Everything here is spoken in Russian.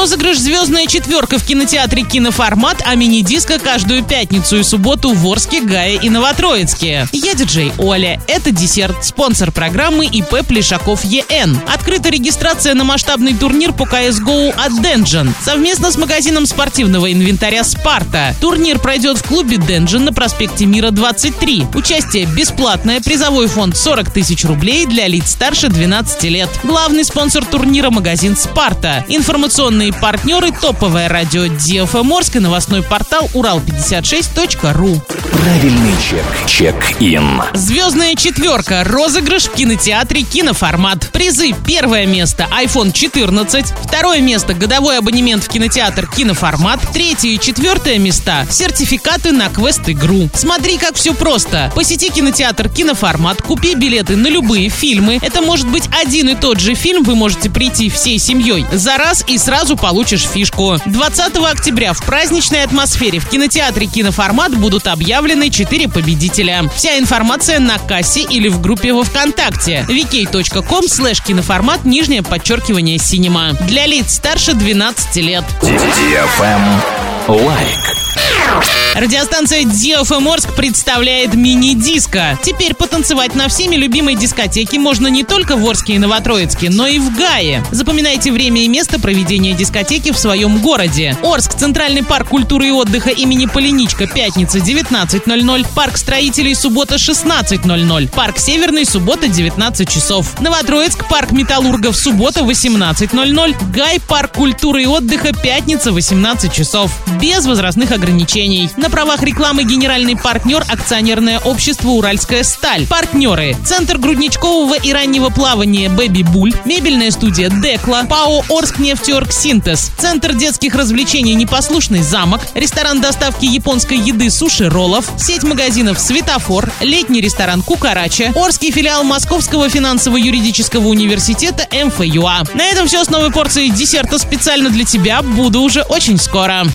Розыгрыш «Звездная четверка» в кинотеатре «Киноформат», а мини-диско каждую пятницу и субботу в Орске, Гае и Новотроицке. Я диджей Оля. Это десерт. Спонсор программы ИП Плешаков ЕН. Открыта регистрация на масштабный турнир по CSGO от Денджен. Совместно с магазином спортивного инвентаря «Спарта». Турнир пройдет в клубе Денджен на проспекте Мира, 23. Участие бесплатное. Призовой фонд 40 тысяч рублей для лиц старше 12 лет. Главный спонсор турнира — магазин «Спарта». Информационные партнеры — топовое радио DFM Орск и новостной портал урал56.ру. Правильный чек. Чек-ин. «Звездная четверка». Розыгрыш в кинотеатре «Киноформат». Призы: первое место — iPhone 14, второе место — годовой абонемент в кинотеатр «Киноформат», третье и четвертое места — сертификаты на квест-игру. Смотри, как все просто. Посети кинотеатр «Киноформат», купи билеты на любые фильмы. Это может быть один и тот же фильм, вы можете прийти всей семьей за раз и сразу получишь фишку. 20 октября в праздничной атмосфере в кинотеатре «Киноформат» будут объявлены 4 победителя. Вся информация на кассе или в группе во ВКонтакте vk.com/киноформат_синема. Для лиц старше 12 лет. Лайк. Радиостанция DFM Орск представляет мини-диско. Теперь потанцевать на всеми любимой дискотеке можно не только в Орске и Новотроицке, но и в Гае. Запоминайте время и место проведения дискотеки в своем городе. Орск, Центральный парк культуры и отдыха имени Полиничка, пятница 19:00, парк строителей, суббота 16:00, парк Северный, суббота 19 часов. Новотроицк, парк металлургов, суббота 18:00, Гай, парк культуры и отдыха, пятница 18 часов. Без возрастных ограничений. На правах рекламы генеральный партнер — акционерное общество «Уральская сталь». Партнеры: Центр грудничкового и раннего плавания «Бэби Буль», мебельная студия «Декла», ПАО «Орскнефтеоргсинтез», Центр детских развлечений «Непослушный замок», ресторан доставки японской еды «Суши Роллов», сеть магазинов «Светофор», летний ресторан «Кукарача», Орский филиал Московского финансово-юридического университета МФЮА. На этом все с новой порцией десерта специально для тебя. Буду уже очень скоро.